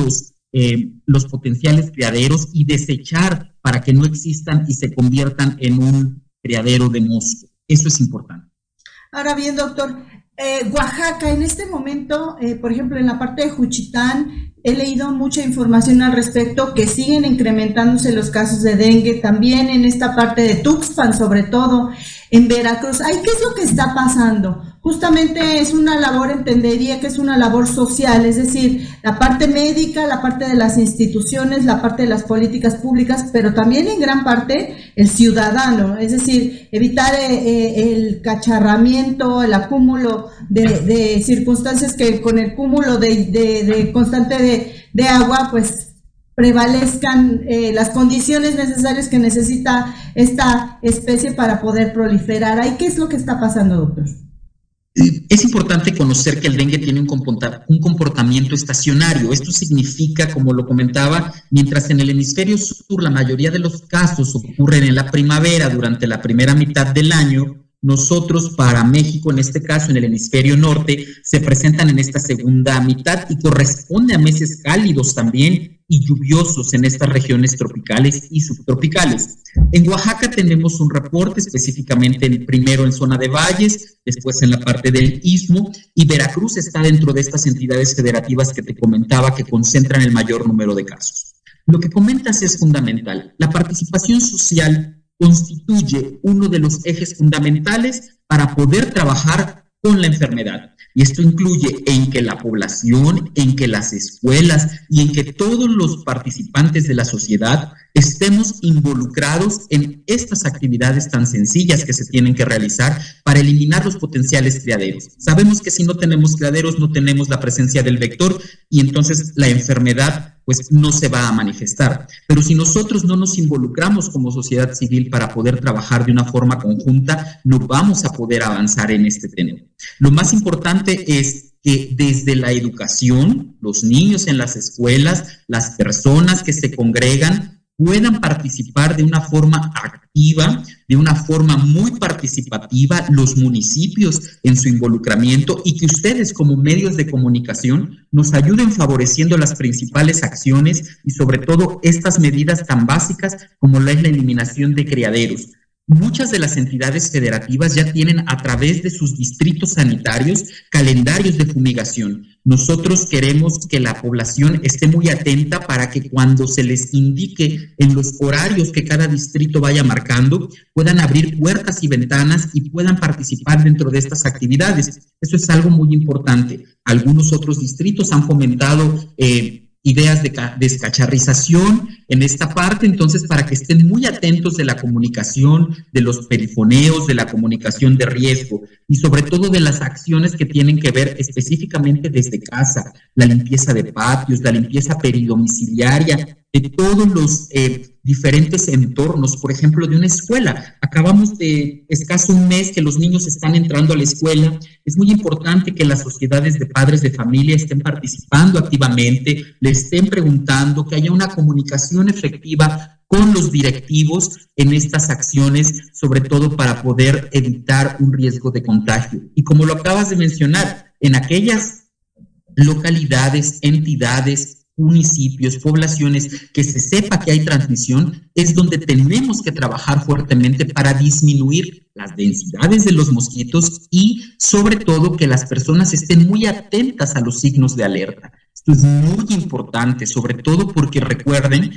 G: los potenciales criaderos y desechar para que no existan y se conviertan en un criadero de mosco. Eso es importante.
F: Ahora bien, doctor, Oaxaca, en este momento, por ejemplo, en la parte de Juchitán, he leído mucha información al respecto, que siguen incrementándose los casos de dengue, también en esta parte de Tuxpan, sobre todo en Veracruz. ¿Qué es lo que está pasando? Justamente es una labor, entendería que es una labor social, es decir, la parte médica, la parte de las instituciones, la parte de las políticas públicas, pero también en gran parte el ciudadano, es decir, evitar el cacharramiento, el acúmulo de circunstancias que con el cúmulo de constante de agua, pues prevalezcan las condiciones necesarias que necesita esta especie para poder proliferar. ¿Qué es lo que está pasando, doctor?
G: Es importante conocer que el dengue tiene un comportamiento estacionario. Esto significa, como lo comentaba, mientras en el hemisferio sur la mayoría de los casos ocurren en la primavera, durante la primera mitad del año, nosotros para México, en este caso en el hemisferio norte, se presentan en esta segunda mitad y corresponde a meses cálidos también y lluviosos en estas regiones tropicales y subtropicales. En Oaxaca tenemos un reporte específicamente primero en zona de valles, después en la parte del istmo, y Veracruz está dentro de estas entidades federativas que te comentaba que concentran el mayor número de casos. Lo que comentas es fundamental. La participación social constituye uno de los ejes fundamentales para poder trabajar con la enfermedad. Y esto incluye en que la población, en que las escuelas y en que todos los participantes de la sociedad estemos involucrados en estas actividades tan sencillas que se tienen que realizar para eliminar los potenciales criaderos. Sabemos que si no tenemos criaderos, no tenemos la presencia del vector y entonces la enfermedad pues no se va a manifestar. Pero si nosotros no nos involucramos como sociedad civil para poder trabajar de una forma conjunta, no vamos a poder avanzar en este tema. Lo más importante es que desde la educación, los niños en las escuelas, las personas que se congregan, puedan participar de una forma activa, de una forma muy participativa, los municipios en su involucramiento y que ustedes como medios de comunicación nos ayuden favoreciendo las principales acciones y sobre todo estas medidas tan básicas como la eliminación de criaderos. Muchas de las entidades federativas ya tienen a través de sus distritos sanitarios calendarios de fumigación. Nosotros queremos que la población esté muy atenta para que cuando se les indique en los horarios que cada distrito vaya marcando, puedan abrir puertas y ventanas y puedan participar dentro de estas actividades. Eso es algo muy importante. Algunos otros distritos han fomentado ideas de descacharrización en esta parte, entonces para que estén muy atentos de la comunicación, de los perifoneos, de la comunicación de riesgo y sobre todo de las acciones que tienen que ver específicamente desde casa, la limpieza de patios, la limpieza peridomiciliaria, de todos los diferentes entornos, por ejemplo, de una escuela. Acabamos de escaso un mes que los niños están entrando a la escuela. Es muy importante que las sociedades de padres de familia estén participando activamente, le estén preguntando, que haya una comunicación efectiva con los directivos en estas acciones, sobre todo para poder evitar un riesgo de contagio. Y como lo acabas de mencionar, en aquellas localidades, entidades, municipios, poblaciones, que se sepa que hay transmisión, es donde tenemos que trabajar fuertemente para disminuir las densidades de los mosquitos y sobre todo que las personas estén muy atentas a los signos de alerta. Esto es muy importante, sobre todo porque recuerden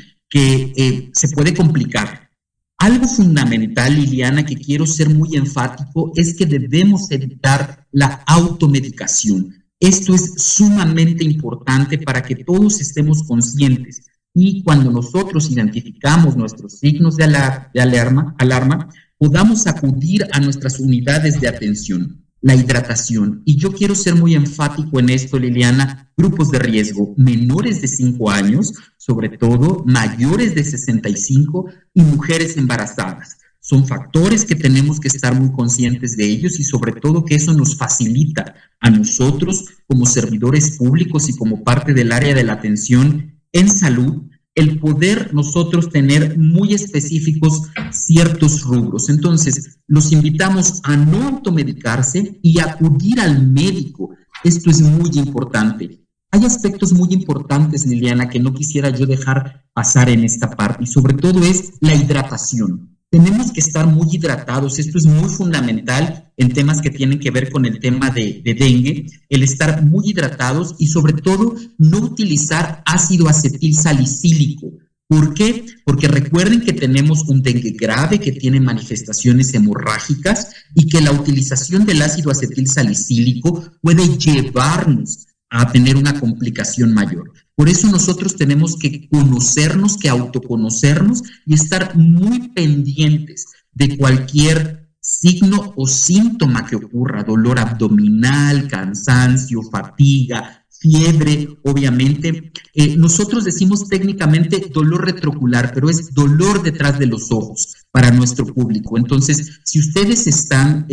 G: que se puede complicar. Algo fundamental, Liliana, que quiero ser muy enfático, es que debemos evitar la automedicación. Esto es sumamente importante para que todos estemos conscientes y cuando nosotros identificamos nuestros signos de alarma, podamos acudir a nuestras unidades de atención, la hidratación. Y yo quiero ser muy enfático en esto, Liliana, grupos de riesgo, menores de 5 años, sobre todo mayores de 65 y mujeres embarazadas. Son factores que tenemos que estar muy conscientes de ellos y sobre todo que eso nos facilita a nosotros como servidores públicos y como parte del área de la atención en salud el poder nosotros tener muy específicos ciertos rubros. Entonces, los invitamos a no automedicarse y acudir al médico. Esto es muy importante. Hay aspectos muy importantes, Liliana, que no quisiera yo dejar pasar en esta parte, y sobre todo es la hidratación. Tenemos que estar muy hidratados, esto es muy fundamental en temas que tienen que ver con el tema de dengue, el estar muy hidratados y sobre todo no utilizar ácido acetil salicílico. ¿Por qué? Porque recuerden que tenemos un dengue grave que tiene manifestaciones hemorrágicas y que la utilización del ácido acetil salicílico puede llevarnos a tener una complicación mayor. Por eso nosotros tenemos que conocernos, que autoconocernos y estar muy pendientes de cualquier signo o síntoma que ocurra, dolor abdominal, cansancio, fatiga, fiebre, obviamente. Nosotros decimos técnicamente dolor retrocular, pero es dolor detrás de los ojos para nuestro público. Entonces, si ustedes están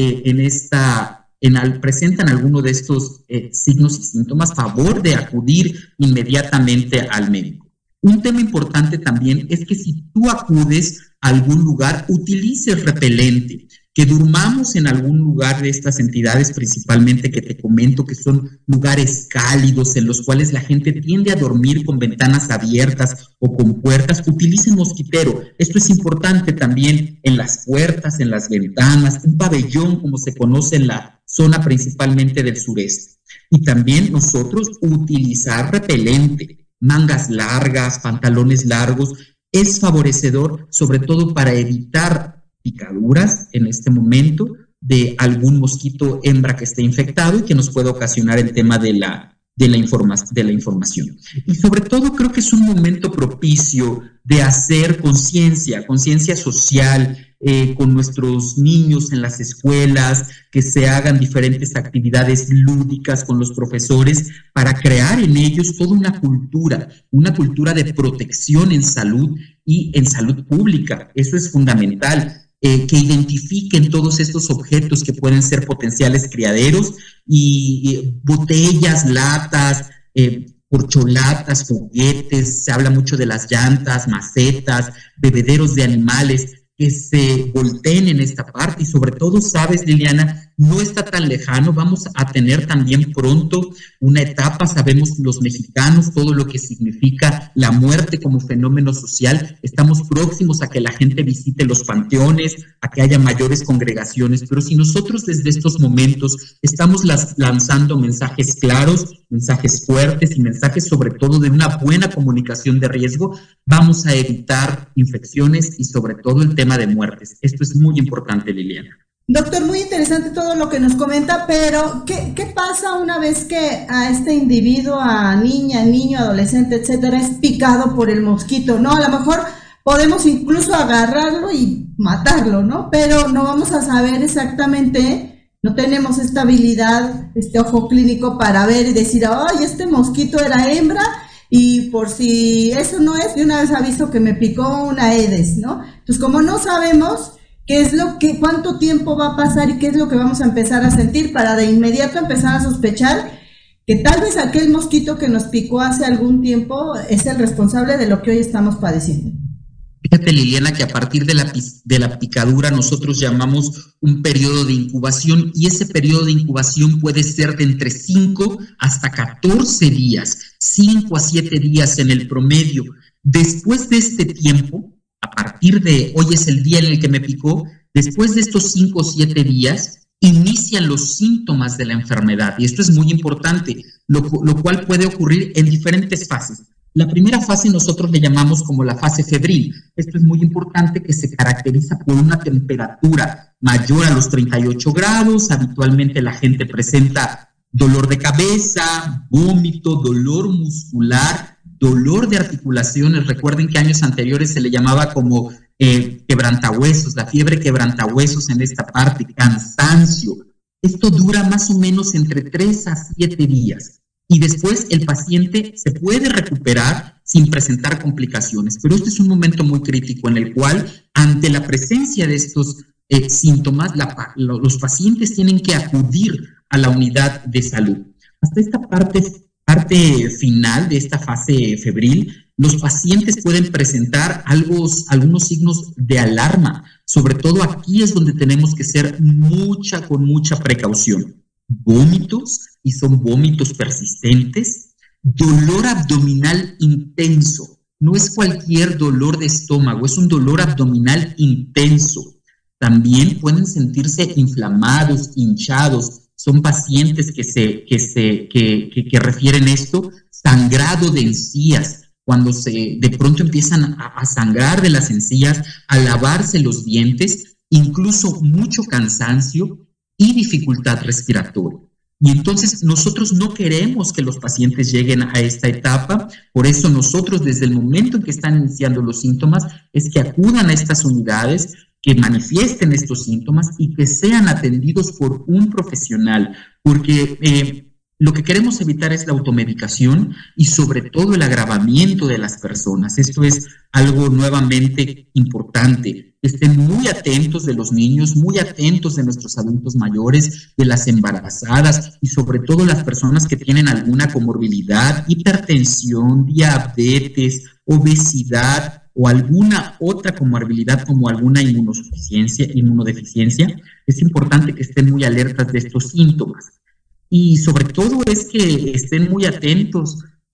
G: presentan alguno de estos signos y síntomas, favor de acudir inmediatamente al médico. Un tema importante también es que si tú acudes a algún lugar, utilices repelente, que durmamos en algún lugar de estas entidades, principalmente que te comento que son lugares cálidos en los cuales la gente tiende a dormir con ventanas abiertas o con puertas, utilicen mosquitero. Esto es importante también en las puertas, en las ventanas, un pabellón como se conoce en la zona principalmente del sureste. Y también nosotros utilizar repelente, mangas largas, pantalones largos, es favorecedor sobre todo para evitar picaduras en este momento de algún mosquito hembra que esté infectado y que nos pueda ocasionar el tema de la información. Y sobre todo creo que es un momento propicio de hacer conciencia social con nuestros niños en las escuelas, que se hagan diferentes actividades lúdicas con los profesores para crear en ellos toda una cultura de protección en salud y en salud pública. Eso es fundamental. Que identifiquen todos estos objetos que pueden ser potenciales criaderos y botellas, latas, corcholatas, juguetes, se habla mucho de las llantas, macetas, bebederos de animales, que se volteen en esta parte y sobre todo, sabes, Liliana, no está tan lejano, vamos a tener también pronto una etapa, sabemos los mexicanos todo lo que significa la muerte como fenómeno social, estamos próximos a que la gente visite los panteones, a que haya mayores congregaciones, pero si nosotros desde estos momentos estamos lanzando mensajes claros, mensajes fuertes y mensajes sobre todo de una buena comunicación de riesgo, vamos a evitar infecciones y sobre todo el tema de muertes. Esto es muy importante, Liliana.
F: Doctor, muy interesante todo lo que nos comenta, pero ¿qué pasa una vez que a este individuo, a niña, niño, adolescente, etcétera, es picado por el mosquito, ¿no? A lo mejor podemos incluso agarrarlo y matarlo, ¿no? Pero no vamos a saber exactamente, no tenemos esta habilidad, este ojo clínico para ver y decir, ay, este mosquito era hembra, y por si eso no es, de una vez aviso que me picó una Aedes, ¿no? Entonces, como no sabemos cuánto tiempo va a pasar y qué es lo que vamos a empezar a sentir para de inmediato empezar a sospechar que tal vez aquel mosquito que nos picó hace algún tiempo es el responsable de lo que hoy estamos padeciendo.
G: Fíjate, Liliana, que a partir de la picadura nosotros llamamos un periodo de incubación y ese periodo de incubación puede ser de entre 5 hasta 14 días, 5 a 7 días en el promedio. Después de este tiempo, a partir de hoy es el día en el que me picó, después de estos 5 o 7 días, inician los síntomas de la enfermedad. Y esto es muy importante, lo cual puede ocurrir en diferentes fases. La primera fase nosotros le llamamos como la fase febril. Esto es muy importante, que se caracteriza por una temperatura mayor a los 38 grados. Habitualmente la gente presenta dolor de cabeza, vómito, dolor muscular, dolor de articulaciones. Recuerden que años anteriores se le llamaba como quebrantahuesos, la fiebre quebrantahuesos en esta parte, cansancio. Esto dura más o menos entre 3 a 7 días y después el paciente se puede recuperar sin presentar complicaciones. Pero este es un momento muy crítico en el cual, ante la presencia de estos síntomas, los pacientes tienen que acudir a la unidad de salud. Hasta esta parte final de esta fase febril, los pacientes pueden presentar algunos signos de alarma. Sobre todo aquí es donde tenemos que ser con mucha precaución. Vómitos, y son vómitos persistentes. Dolor abdominal intenso. No es cualquier dolor de estómago, es un dolor abdominal intenso. También pueden sentirse inflamados, hinchados. Son pacientes que refieren esto. Sangrado de encías. Cuando de pronto empiezan a sangrar de las encías, a lavarse los dientes, incluso mucho cansancio y dificultad respiratoria. Y entonces nosotros no queremos que los pacientes lleguen a esta etapa, por eso nosotros desde el momento en que están iniciando los síntomas es que acudan a estas unidades, que manifiesten estos síntomas y que sean atendidos por un profesional, porque lo que queremos evitar es la automedicación y sobre todo el agravamiento de las personas. Esto es algo nuevamente importante. Estén muy atentos de los niños, muy atentos de nuestros adultos mayores, de las embarazadas y sobre todo las personas que tienen alguna comorbilidad, hipertensión, diabetes, obesidad o alguna otra comorbilidad como alguna inmunodeficiencia. Es importante que estén muy alertas de estos síntomas. Y sobre todo es que estén muy atentos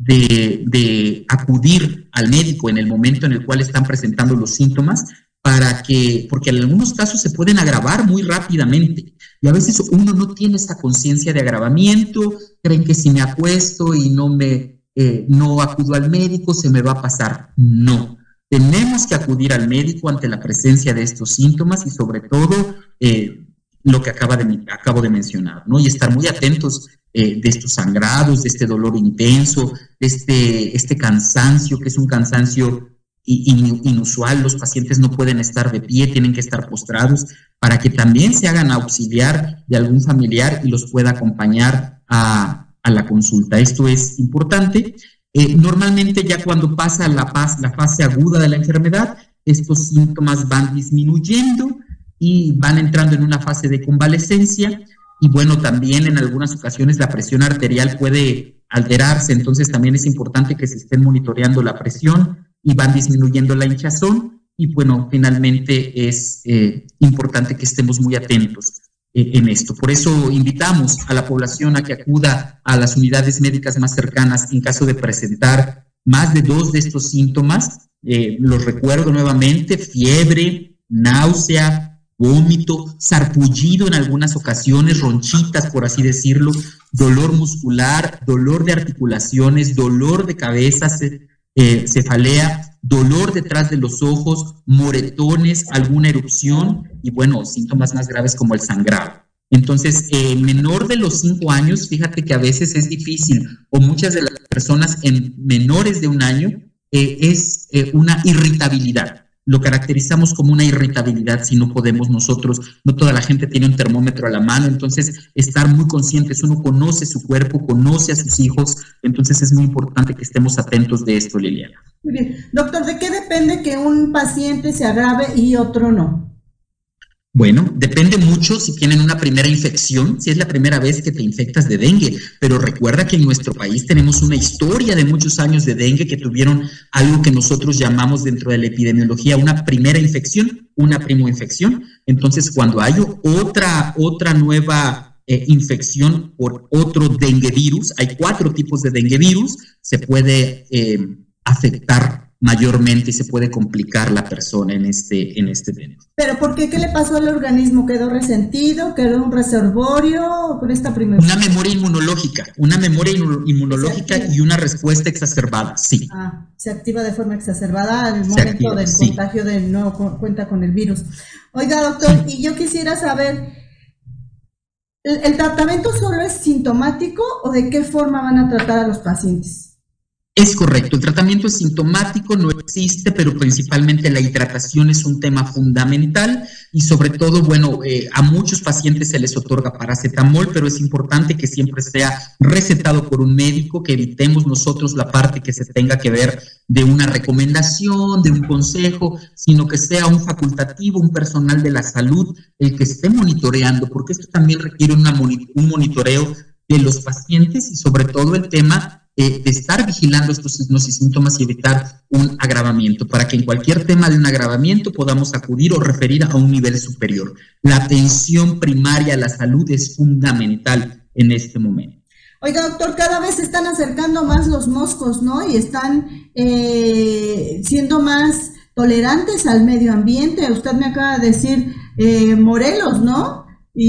G: de acudir al médico en el momento en el cual están presentando los síntomas, porque en algunos casos se pueden agravar muy rápidamente. Y a veces uno no tiene esa conciencia de agravamiento, creen que si me acuesto y no acudo al médico, se me va a pasar. No, tenemos que acudir al médico ante la presencia de estos síntomas y sobre todo lo que acabo de mencionar, ¿no? Y estar muy atentos de estos sangrados, de este dolor intenso, de este cansancio, que es un cansancio inusual. Los pacientes no pueden estar de pie, tienen que estar postrados para que también se hagan auxiliar de algún familiar y los pueda acompañar a la consulta. Esto es importante. Normalmente ya cuando pasa la fase aguda de la enfermedad, estos síntomas van disminuyendo y van entrando en una fase de convalescencia y bueno, también en algunas ocasiones la presión arterial puede alterarse, entonces también es importante que se estén monitoreando la presión y van disminuyendo la hinchazón y bueno, finalmente es importante que estemos muy atentos en esto. Por eso invitamos a la población a que acuda a las unidades médicas más cercanas en caso de presentar más de 2 de estos síntomas. Los recuerdo nuevamente: fiebre, náusea, vómito, sarpullido en algunas ocasiones, ronchitas, por así decirlo, dolor muscular, dolor de articulaciones, dolor de cabeza, cefalea, dolor detrás de los ojos, moretones, alguna erupción y, bueno, síntomas más graves como el sangrado. Entonces, menor de los 5 años, fíjate que a veces es difícil, o muchas de las personas en menores de 1 año, es una irritabilidad. Lo caracterizamos como una irritabilidad si no podemos nosotros, no toda la gente tiene un termómetro a la mano, entonces estar muy conscientes, uno conoce su cuerpo, conoce a sus hijos, entonces es muy importante que estemos atentos de esto, Liliana.
F: Muy bien. Doctor, ¿de qué depende que un paciente se agrave y otro no?
G: Bueno, depende mucho si tienen una primera infección, si es la primera vez que te infectas de dengue, pero recuerda que en nuestro país tenemos una historia de muchos años de dengue que tuvieron algo que nosotros llamamos dentro de la epidemiología una primera infección, una primoinfección. Entonces, cuando hay otra nueva infección por otro dengue virus, hay 4 tipos de dengue virus, se puede afectar mayormente y se puede complicar la persona en este tema.
F: ¿Pero por qué? ¿Qué le pasó al organismo? ¿Quedó resentido? ¿Quedó un reservorio con esta primera?
G: Una memoria inmunológica y una respuesta exacerbada, sí.
F: Se activa de forma exacerbada al momento del contagio del no cuenta con el virus. Oiga, doctor, y yo quisiera saber, ¿el tratamiento solo es sintomático o de qué forma van a tratar a los pacientes?
G: Es correcto, el tratamiento es sintomático, no existe, pero principalmente la hidratación es un tema fundamental y sobre todo, bueno, a muchos pacientes se les otorga paracetamol, pero es importante que siempre sea recetado por un médico, que evitemos nosotros la parte que se tenga que ver de una recomendación, de un consejo, sino que sea un facultativo, un personal de la salud el que esté monitoreando, porque esto también requiere un monitoreo de los pacientes y sobre todo el tema de estar vigilando estos signos y síntomas y evitar un agravamiento, para que en cualquier tema de un agravamiento podamos acudir o referir a un nivel superior. La atención primaria a la salud es fundamental en este momento.
F: Oiga, doctor, cada vez se están acercando más los moscos, ¿no? Y están siendo más tolerantes al medio ambiente. Usted me acaba de decir Morelos, ¿no?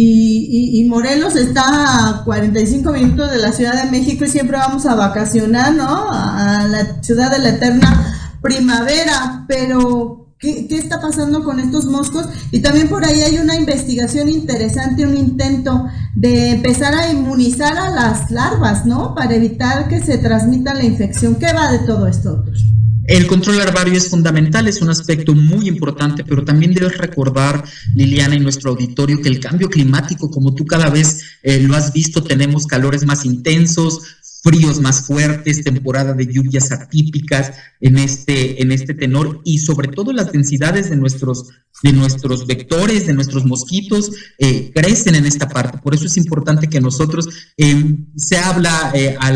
F: Y Morelos está a 45 minutos de la Ciudad de México y siempre vamos a vacacionar, ¿no? A la ciudad de la eterna primavera, pero ¿qué está pasando con estos moscos? Y también por ahí hay una investigación interesante, un intento de empezar a inmunizar a las larvas, ¿no? Para evitar que se transmita la infección. ¿Qué va de todo esto, doctor?
G: El control larvario es fundamental, es un aspecto muy importante, pero también debes recordar, Liliana, y nuestro auditorio, que el cambio climático, como tú cada vez lo has visto, tenemos calores más intensos, fríos más fuertes, temporada de lluvias atípicas en este tenor, y sobre todo las densidades de nuestros vectores, de nuestros mosquitos, crecen en esta parte. Por eso es importante que nosotros, se habla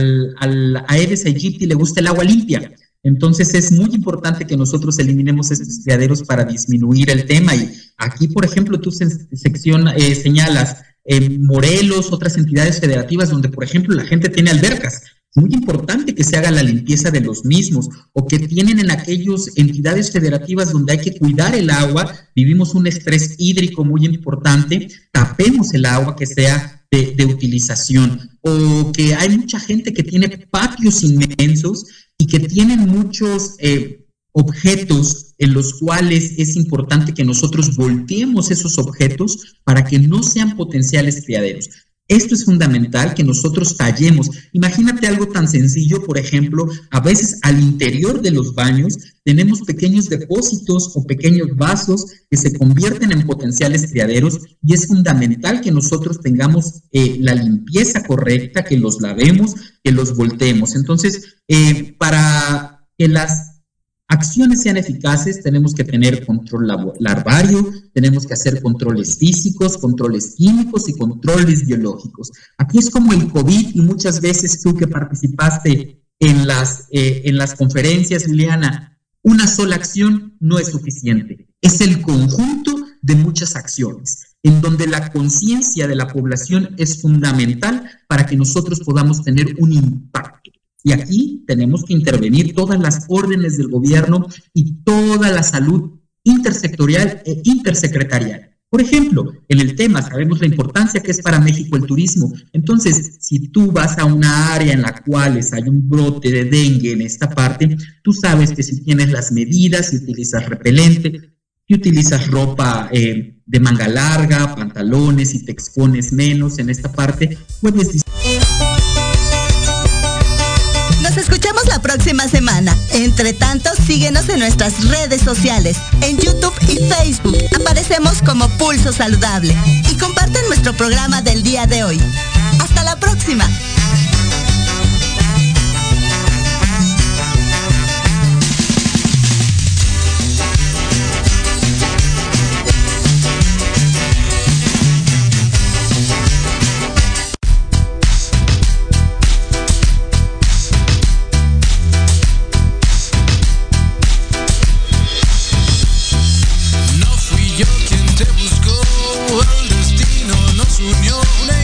G: al Aedes aegypti le gusta el agua limpia. Entonces es muy importante que nosotros eliminemos estos criaderos para disminuir el tema. Y aquí, por ejemplo, tú señalas Morelos, otras entidades federativas donde, por ejemplo, la gente tiene albercas. Es muy importante que se haga la limpieza de los mismos, o que tienen en aquellas entidades federativas donde hay que cuidar el agua, vivimos un estrés hídrico muy importante, tapemos el agua que sea de utilización, o que hay mucha gente que tiene patios inmensos y que tienen muchos objetos en los cuales es importante que nosotros volteemos esos objetos para que no sean potenciales criaderos. Esto es fundamental, que nosotros tallemos. Imagínate algo tan sencillo, por ejemplo, a veces al interior de los baños tenemos pequeños depósitos o pequeños vasos que se convierten en potenciales criaderos, y es fundamental que nosotros tengamos la limpieza correcta, que los lavemos, que los volteemos. Entonces, para que las acciones sean eficaces, tenemos que tener control larvario, tenemos que hacer controles físicos, controles químicos y controles biológicos. Aquí es como el COVID, y muchas veces tú que participaste en las conferencias, Liliana, una sola acción no es suficiente. Es el conjunto de muchas acciones, en donde la conciencia de la población es fundamental para que nosotros podamos tener un impacto. Y aquí tenemos que intervenir todas las órdenes del gobierno y toda la salud intersectorial e intersecretarial. Por ejemplo, en el tema sabemos la importancia que es para México el turismo. Entonces, si tú vas a una área en la cual hay un brote de dengue en esta parte, tú sabes que si tienes las medidas, si utilizas repelente, si utilizas ropa de manga larga, pantalones, y te expones menos en esta parte, puedes...
H: Nos escuchamos la próxima semana. Entre tanto, síguenos en nuestras redes sociales. En YouTube y Facebook aparecemos como Pulso Saludable. Y comparten nuestro programa del día de hoy. ¡Hasta la próxima!
I: Yo quien te buscó, el destino nos unió.